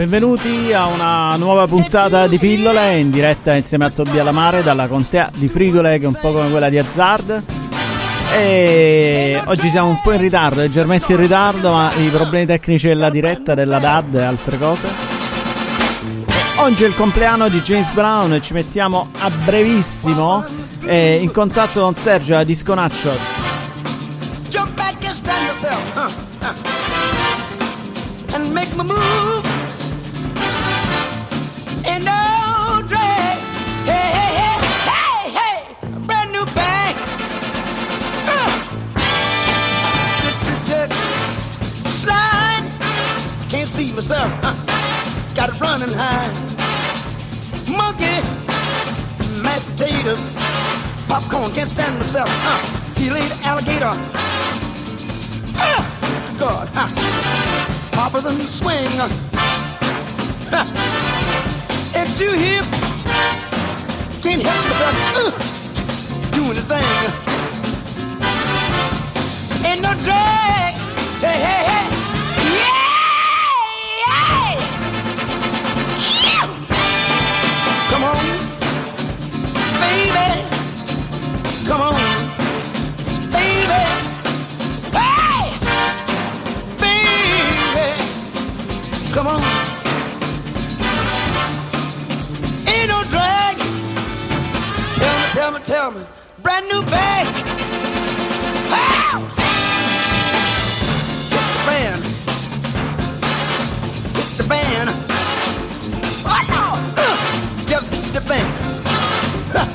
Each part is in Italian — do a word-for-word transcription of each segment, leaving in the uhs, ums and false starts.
Benvenuti a una nuova puntata di Pillole in diretta insieme a Tobia Lamare dalla contea di Frigole, che è un po' come quella di Azzard. E oggi siamo un po' in ritardo, leggermente in ritardo, ma i problemi tecnici della diretta, della D A D e altre cose. Oggi è il compleanno di James Brown e ci mettiamo a brevissimo eh, in contatto con Sergio da Disco Nacho. Jump back and stand yourself, huh, huh. And make my move. And no drag. Hey, hey, hey, hey, hey. A brand new bag. Uh. Slide. Can't see myself, huh. Got it running high. Monkey. Mashed potatoes. Popcorn, can't stand myself, huh. See you later, alligator. Uh. God, huh. Poppers and swing. Huh. And two hip. Can't help myself, uh. Doing the thing. Ain't no drag. Hey, hey, hey. Come on, baby. Come on, baby. Hey, baby. Come on. Ain't no drag. Tell me, tell me, tell me. Brand new bag. Wow. Hit the band. Hit the band. Oh no. Uh. Just hit the band. Huh.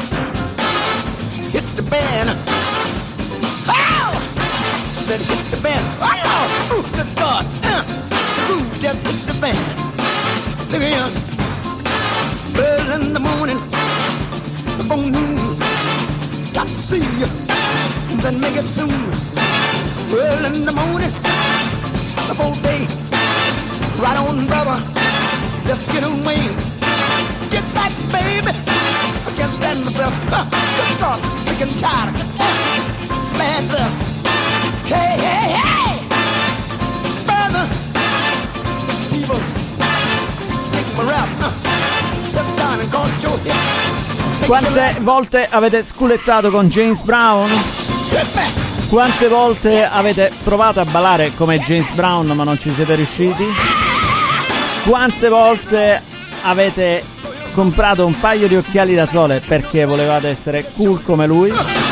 Hit the band. Ow! Said hit the band. Oh no! Ooh, good God! Uh. Ooh, just hit the band. Look at him. Early in the morning, before noon, got to see you, then make it soon. Early in the morning, before day, right on, brother. Just get away. Get back, baby. I can't stand myself. Uh, good God, I'm sick and tired. Uh, man, sir. Hey, hey, hey. Brother. People. Take my rap. Uh, sit down and cross your hips. Quante volte avete sculettato con James Brown? Quante volte avete provato a ballare come James Brown ma non ci siete riusciti? Quante volte avete comprato un paio di occhiali da sole perché volevate essere cool come lui?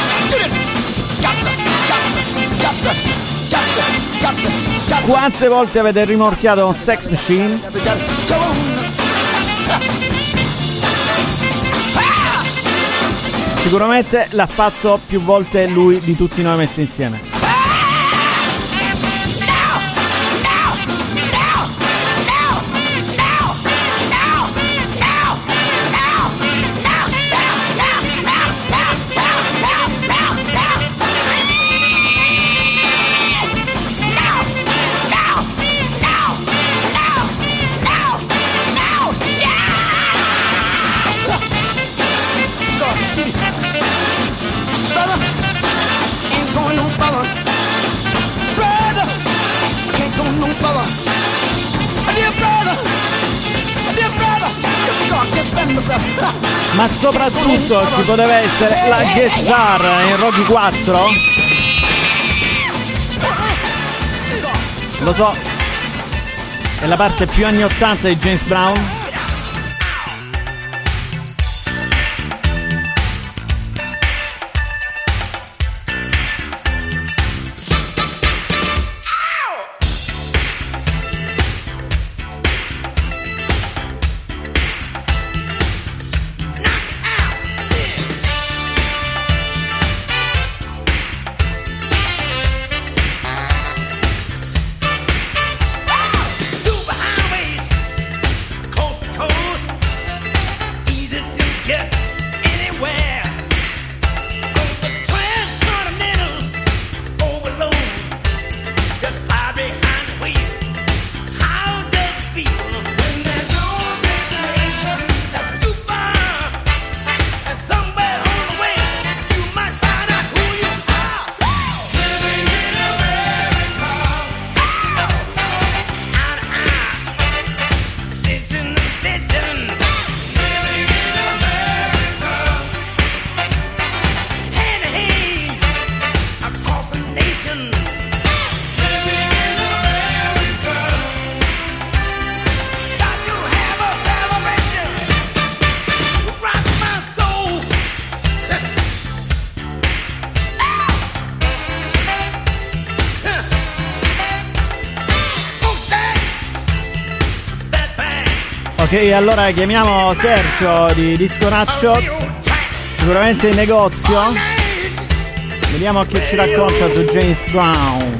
Quante volte avete rimorchiato un Sex Machine? Sicuramente l'ha fatto più volte lui di tutti noi messi insieme. Ma soprattutto ci poteva essere la guest star in Rocky quattro? Lo so, è la parte più anni ottanta di James Brown. Cold Ok, allora chiamiamo Sergio di Disco Nutshot, sicuramente in negozio. Vediamo che ci racconta su James Brown.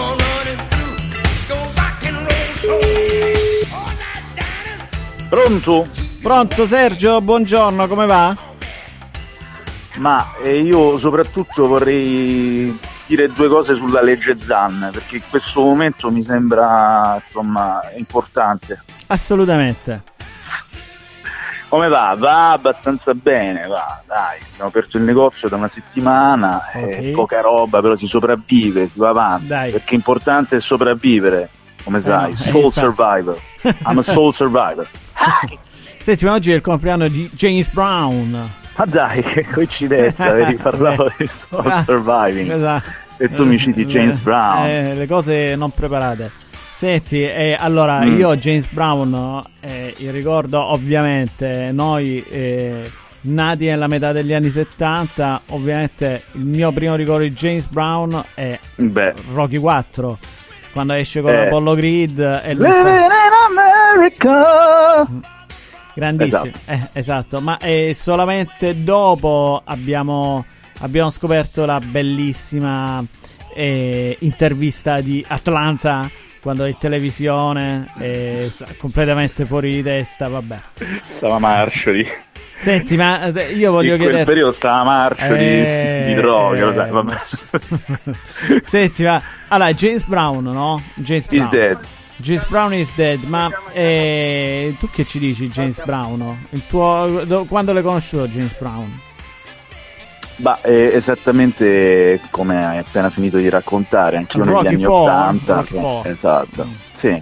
Pronto? Pronto Sergio, buongiorno, come va? Ma eh, io soprattutto vorrei dire due cose sulla legge Zan, perché in questo momento mi sembra, insomma, importante. Assolutamente. Come va? Va abbastanza bene, va, dai. Abbiamo aperto il negozio da una settimana, Okay. eh, poca roba, però si sopravvive, si va avanti. Dai. Perché è importante sopravvivere, come sai, no, soul infatti. survivor. I'm a soul survivor. Senti, ma oggi è il compleanno di James Brown. Ma dai, che coincidenza, vedi, parlavo di soul Ah, surviving. cosa- E tu mi citi James Brown. Eh, le cose non preparate. Senti, eh, allora Mm. io James Brown, eh, il ricordo ovviamente noi eh, nati nella metà degli anni settanta, ovviamente il mio primo ricordo di James Brown è Beh, Rocky quattro, quando esce con Eh. l'Apollo Creed e lui living fa- in America. grandissimo, Esatto. eh, esatto, ma eh, solamente dopo abbiamo, abbiamo scoperto la bellissima eh, intervista di Atlanta quando è in televisione, eh, sa- completamente fuori di testa, vabbè. Stava marcio di... Senti, ma eh, io voglio in quel chiedere... periodo stava marcio Eh, di, di droga, lo eh, sai, vabbè. Senti, ma allora James Brown, no? James He's Brown. dead. James Brown is dead, ma eh, tu che ci dici James Brown? No? Il tuo, do- quando l'hai conosciuto James Brown? Ma è esattamente come hai appena finito di raccontare, anch'io negli Rocky anni four, ottanta. Rocky four. Esatto, Mm. sì.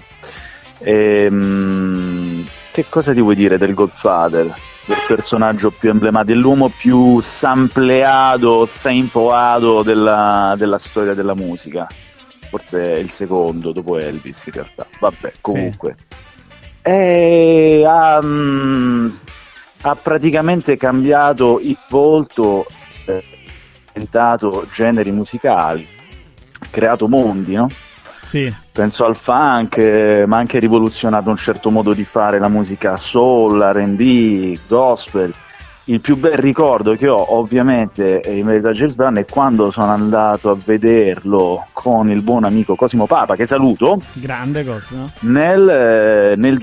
Ehm, che cosa ti vuoi dire del Godfather? Del personaggio più emblematico, dell'uomo più sampleato, samplato della, della storia della musica. Forse è il secondo dopo Elvis in realtà. Vabbè, comunque. E ha, mm, ha praticamente cambiato il volto, eh, inventato generi musicali, creato mondi, no? Sì. Penso al funk, eh, ma anche rivoluzionato un certo modo di fare la musica soul, R and B, gospel. Il più bel ricordo che ho, ovviamente, eh, in verità James Brown, è quando sono andato a vederlo con il buon amico Cosimo Papa, che saluto, Grande cosa, no? nel, eh, nel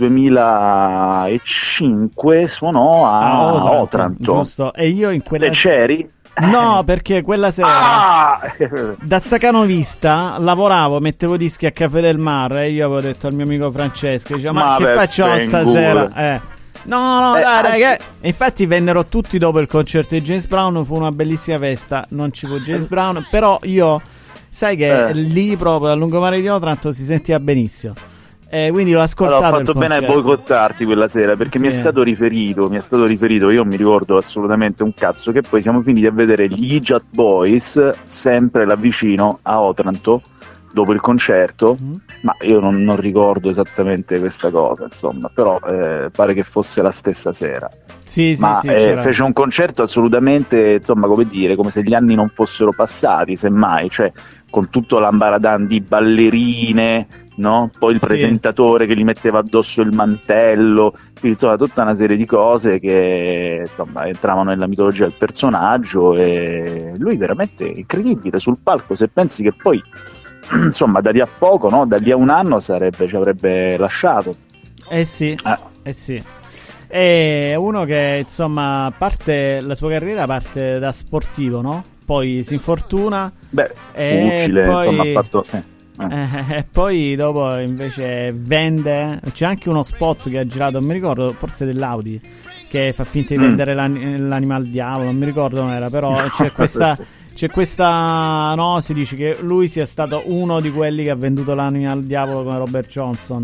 duemilacinque suonò a Ah, Otranto, Otranto. giusto. E io in quella E c'eri? No, perché quella sera Ah! da staccanovista lavoravo, mettevo dischi a Caffè del Mare e io avevo detto al mio amico Francesco, diceva, ma Ma che per facciamo stasera? fanculo. Eh. No, no, Eh, dai, dai, anche- che... E infatti vennero tutti dopo il concerto di James Brown, fu una bellissima festa, non ci fu James Brown, però io, sai che Eh. lì proprio al lungomare di Otranto si sentiva benissimo. Eh, quindi l'ho Allora, ascoltato. ho fatto il bene a concerto. boicottarti quella sera, perché mi è Sì. stato riferito, mi è stato riferito, io non mi ricordo assolutamente un cazzo, che poi siamo finiti a vedere gli Idiot Boys, sempre là vicino a Otranto, dopo il concerto, Mm. ma io non, non ricordo esattamente questa cosa, insomma, però eh, pare che fosse la stessa sera. Sì, sì, ma sì, eh, c'era. fece un concerto assolutamente, insomma, come dire, come se gli anni non fossero passati, semmai, cioè con tutto l'ambaradan di ballerine, no? Poi il Sì. presentatore che gli metteva addosso il mantello, quindi insomma tutta una serie di cose che insomma entravano nella mitologia del personaggio, e lui veramente incredibile sul palco, se pensi che poi insomma da lì a poco, no? Da lì a un anno sarebbe, ci avrebbe lasciato. Eh sì, Eh. eh sì. È uno che insomma parte la sua carriera parte da sportivo, no? Poi si infortuna Beh, E utile, poi- insomma, ha fatto... Sì. Eh. eh, e poi dopo invece vende. C'è anche uno spot che ha girato, non mi ricordo, forse dell'Audi, che fa finta di Mm. vendere l'an- l'anima al diavolo, non mi ricordo non era, però c'è questa... C'è questa, no, si dice che lui sia stato uno di quelli che ha venduto l'anima al diavolo come Robert Johnson.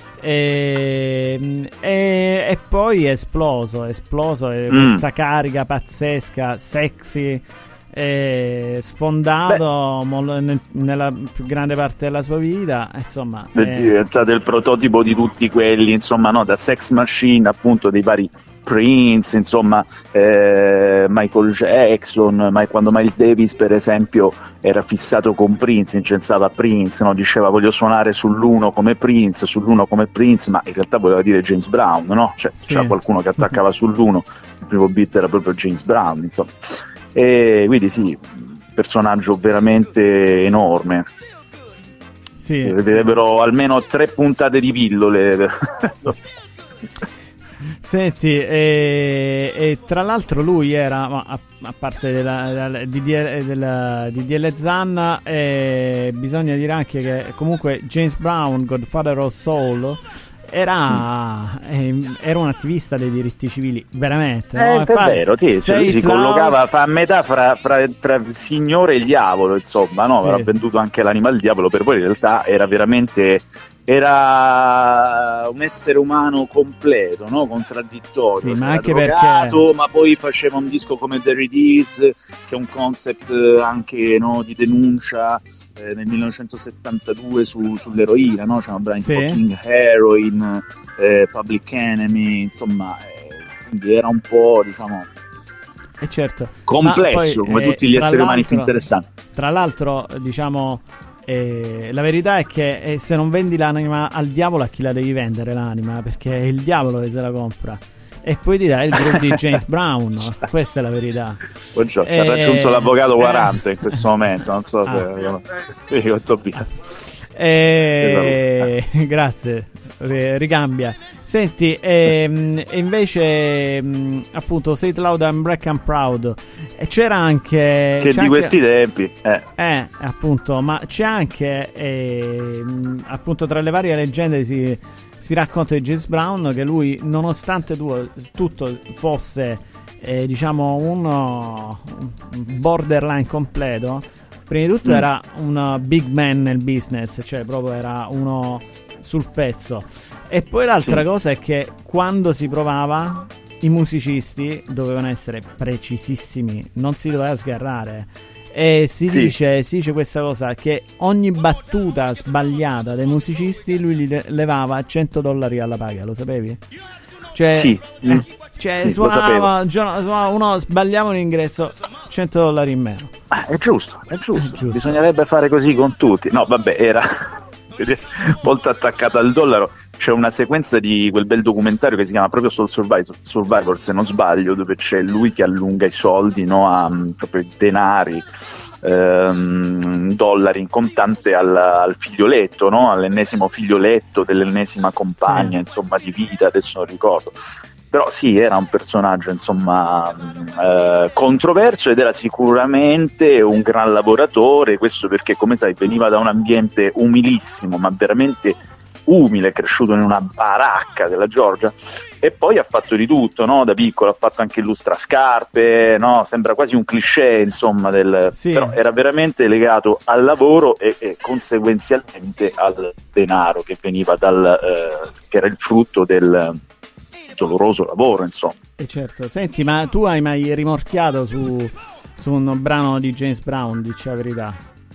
E, e, e poi è esploso, è esploso, e Mm. questa carica pazzesca, sexy, e sfondato mol- nel- nella più grande parte della sua vita, insomma. È eh, diventato il prototipo di tutti quelli, insomma, no, da sex machine, appunto, dei vari Prince, insomma, eh, Michael Jackson, ma quando Miles Davis per esempio era fissato con Prince, incensava a Prince, no? Diceva voglio suonare sull'uno come Prince, sull'uno come Prince, ma in realtà voleva dire James Brown, no? Cioè sì. C'era qualcuno che attaccava sull'uno, il primo beat era proprio James Brown, insomma. E quindi sì, personaggio veramente enorme. Sì, vedrebbero sì. almeno tre puntate di pillole. Senti, e, e tra l'altro lui era, a, a parte della, della, di, della, di D L Zan, eh, bisogna dire anche che comunque James Brown, Godfather of Soul, era, eh, era un attivista dei diritti civili, veramente. Eh, no? È Fa, vero, sì, si, si collocava fa a metà fra, fra, tra il Signore e il diavolo, insomma, no? Sì. Aveva venduto anche l'anima al diavolo, per poi in realtà era veramente... era un essere umano completo, no? Contraddittorio, sì, ma anche drogato, perché ma poi faceva un disco come There It Is, che è un concept anche, no, di denuncia, eh, nel millenovecentosettantadue su, sull'eroina, no? C'erano brani sì. tipo King Heroin, eh, Public Enemy, insomma, eh, quindi era un po', diciamo, eh certo. complesso, poi, come eh, tutti gli esseri umani più interessanti. Tra l'altro, diciamo, Eh, la verità è che eh, se non vendi l'anima al diavolo, a chi la devi vendere l'anima? Perché è il diavolo che se la compra. E poi ti dai il gruppo di James Brown. Questa è la verità. Buongiorno, eh, ci ha raggiunto l'avvocato quaranta eh, in questo momento. Non so ah. se sì, quanto eh, grazie, ricambia. Senti, ehm, e invece mh, appunto Say It Loud and Black and Proud, e c'era anche che c'è di anche, questi tempi eh. eh appunto, ma c'è anche eh, mh, appunto tra le varie leggende si, si racconta di James Brown che lui, nonostante tu, tutto fosse eh, diciamo uno un borderline completo, prima di tutto mm. era un big man nel business, cioè proprio era uno sul pezzo. E poi l'altra sì. cosa è che quando si provava, i musicisti dovevano essere precisissimi, non si doveva sgarrare. E si sì. dice si dice questa cosa, che ogni battuta sbagliata dei musicisti lui li levava cento dollari alla paga, lo sapevi? Cioè, sì, eh, cioè sì, suonava, suonava, uno sbagliava un ingresso, cento dollari in meno. Ah, è giusto, è giusto, è giusto. Bisognerebbe fare così con tutti. No, vabbè, era molto attaccata al dollaro. C'è una sequenza di quel bel documentario che si chiama proprio Soul Survivor, Survivor se non sbaglio, dove c'è lui che allunga i soldi, no, a proprio denari, ehm, dollari in contante al, al figlioletto, no, all'ennesimo figlioletto dell'ennesima compagna, sì. insomma, di vita, adesso non ricordo. Però sì, era un personaggio, insomma, eh, controverso, ed era sicuramente un gran lavoratore, questo perché, come sai, veniva da un ambiente umilissimo, ma veramente umile, cresciuto in una baracca della Georgia, e poi ha fatto di tutto, no? Da piccolo ha fatto anche illustrascarpe, no? Sembra quasi un cliché, insomma, del... sì. però era veramente legato al lavoro e, e conseguenzialmente al denaro che veniva dal eh, che era il frutto del doloroso lavoro, insomma. E certo. Senti, ma tu hai mai rimorchiato su, su un brano di James Brown, dici la verità?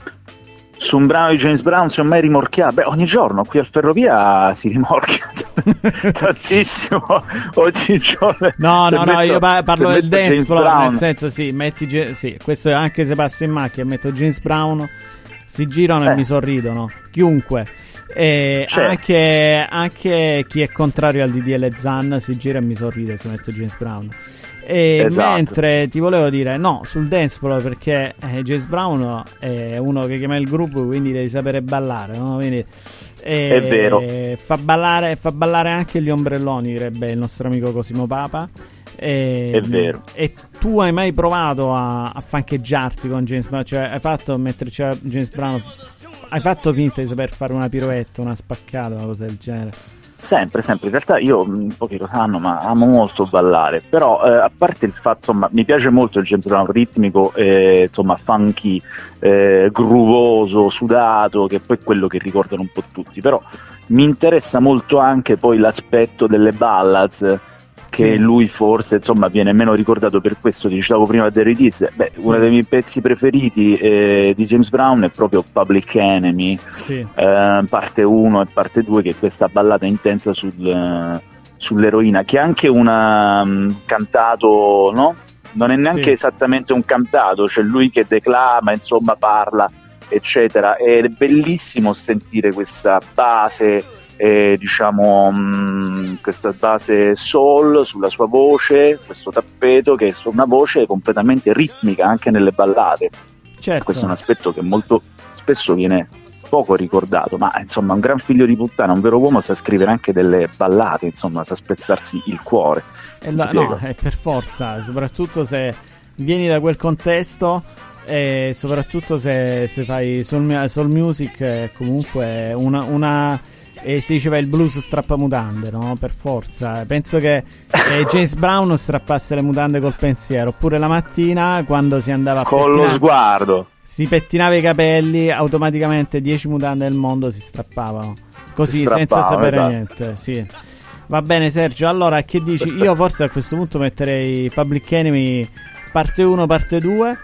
Su un brano di James Brown si è mai rimorchiato? Beh, ogni giorno qui a Ferrovia si rimorchia tantissimo, ogni giorno. No, no, metto, no, io parlo del dance floor, Brown. nel senso, sì, metti, sì, questo anche se passi in macchina, metto James Brown, si girano eh. e mi sorridono, chiunque. E certo. anche, anche chi è contrario al D D L Zan si gira e mi sorride se metto James Brown. E esatto. Mentre ti volevo dire no sul dance floor, perché eh, James Brown è uno che chiama il gruppo, quindi devi sapere ballare, no? Quindi eh, è vero, fa ballare, fa ballare anche gli ombrelloni, direbbe il nostro amico Cosimo Papa. E, è vero. E tu hai mai provato a, a fancheggiarti con James Brown? Cioè hai fatto metterci a James Brown, hai fatto finta di saper fare una piroetta, una spaccata, una cosa del genere? Sempre, sempre. In realtà io, pochi lo sanno, ma amo molto ballare. Però, eh, a parte il fatto, insomma, mi piace molto il James Brown ritmico, eh, insomma, funky, eh, groovoso, sudato, che poi è quello che ricordano un po' tutti. Però mi interessa molto anche poi l'aspetto delle ballads, che sì. lui forse, insomma, viene meno ricordato per questo. Ti dicevo prima There It Is, beh, sì. uno dei miei pezzi preferiti eh, di James Brown è proprio Public Enemy, sì. eh, parte uno e parte due, che è questa ballata intensa sul, sull'eroina, che è anche un um, cantato, no? Non è neanche sì. esattamente un cantato, c'è lui che declama, insomma parla, eccetera, ed è bellissimo sentire questa base, eh, diciamo, mh, questa base soul sulla sua voce, questo tappeto che è una voce completamente ritmica anche nelle ballate. Certo. Questo è un aspetto che molto spesso viene poco ricordato, ma insomma un gran figlio di puttana, un vero uomo, sa scrivere anche delle ballate, insomma sa spezzarsi il cuore. E la, no, è per forza, soprattutto se vieni da quel contesto e soprattutto se, se fai soul, soul music, è comunque una... una e si diceva il blues strappamutande, no? Per forza. Penso che eh, James Brown strappasse le mutande col pensiero, oppure la mattina quando si andava a con pettinare, lo sguardo si pettinava i capelli, automaticamente dieci mutande del mondo si strappavano così, si strappava, senza sapere esatto. niente. Sì. Va bene Sergio, allora che dici? Io forse a questo punto metterei Public Enemy parte uno, parte due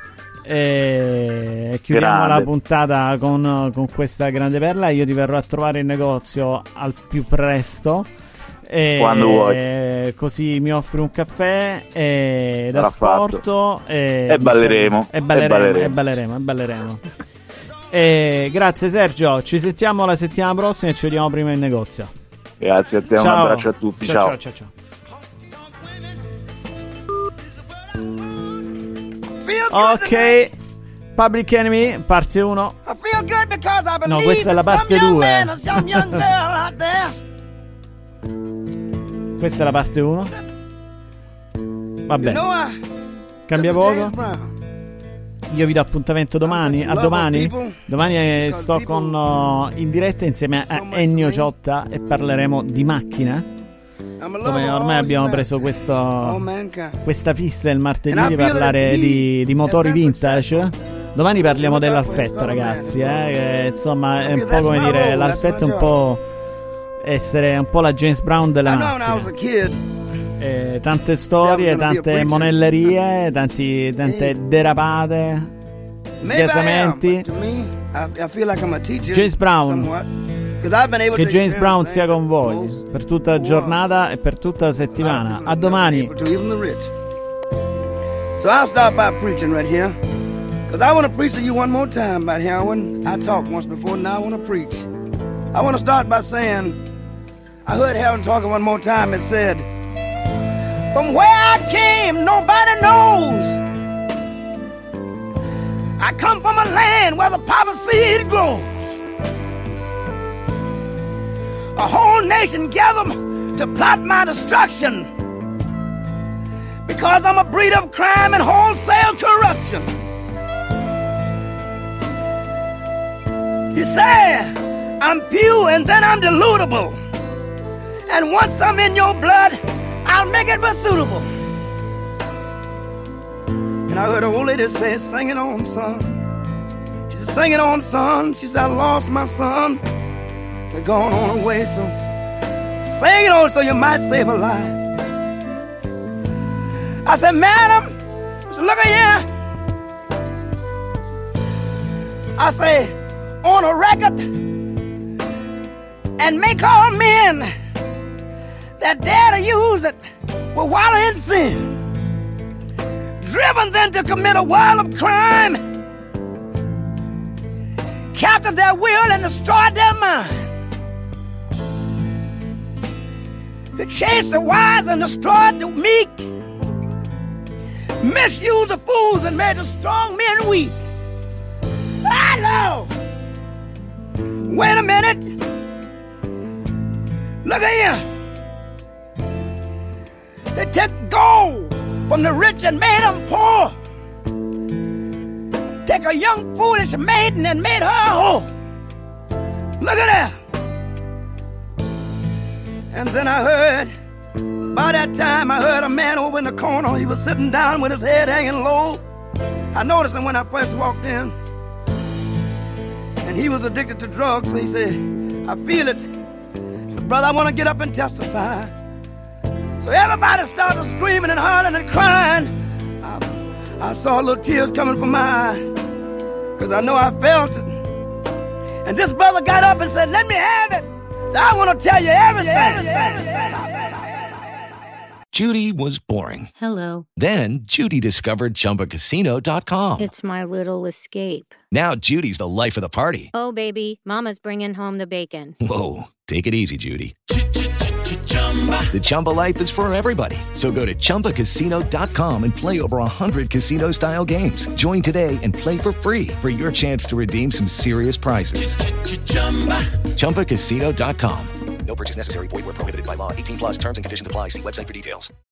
e chiudiamo grande. La puntata con, con questa grande perla. Io ti verrò a trovare in negozio al più presto e quando vuoi, così mi offri un caffè e da Sarà sporto e, e balleremo e balleremo e balleremo e balleremo e grazie Sergio, ci sentiamo la settimana prossima e ci vediamo prima in negozio. Grazie a te, ciao. Un abbraccio a tutti, ciao ciao, ciao, ciao, ciao. Ok, Public Enemy parte uno. No, questa è la parte due. Questa è la parte uno. Vabbè, cambia poco. Io vi do appuntamento domani. A domani. Domani sto con uh, in diretta insieme a Ennio Ciotta e parleremo di macchine. Come ormai abbiamo preso questo, questa fissa il martedì di parlare di, di motori vintage. Domani parliamo dell'Alfetta, ragazzi, eh, che, insomma è un po' come dire, l'Alfetta è un po' essere un po' la James Brown delle macchine. Eh, tante storie, tante monellerie, tanti, tante derapate, sgasamenti. James Brown, che James Brown sia con voi per tutta la giornata e per tutta la settimana. A domani. So I'll start by preaching right here, because I want to preach to you one more time about heroin. I talked once before, now I want to preach. I want to start by saying, I heard Heron talking one more time and said, from where I came, nobody knows. I come from a land where the poppy seed grows. A whole nation gathered to plot my destruction, because I'm a breed of crime and wholesale corruption. He said, I'm pure and then I'm deludible, and once I'm in your blood, I'll make it suitable. And I heard an old lady say, sing it on, son. She said, sing it on, son. She said, I lost my son. They're gone on away, so sing it on so you might save a life. I said, madam, so look at here. I say, on a record and make all men that dare to use it will wallow in sin, driven then to commit a world of crime, captive their will and destroyed their mind, to chase the wise and destroy the meek, misuse the fools and made the strong men weak. Hello! Wait a minute. Look at here. They took gold from the rich and made them poor. Take a young foolish maiden and made her a whore. Look at that. And then I heard, by that time I heard a man over in the corner. He was sitting down with his head hanging low. I noticed him when I first walked in. And he was addicted to drugs, so he said, I feel it. So, brother, I want to get up and testify. So everybody started screaming and hollering and crying. I, I saw little tears coming from my eye, because I know I felt it. And this brother got up and said, let me have it. So I want to tell you everything. everything, everything. Judy was boring. Hello. Then Judy discovered Chumba Casino dot com. It's my little escape. Now Judy's the life of the party. Oh, baby, mama's bringing home the bacon. Whoa, take it easy, Judy. The Chumba life is for everybody. So go to Chumba Casino dot com and play over one hundred casino-style games. Join today and play for free for your chance to redeem some serious prizes. Chumba Casino dot com. No purchase necessary. Void where prohibited by law. eighteen plus terms and conditions apply. See website for details.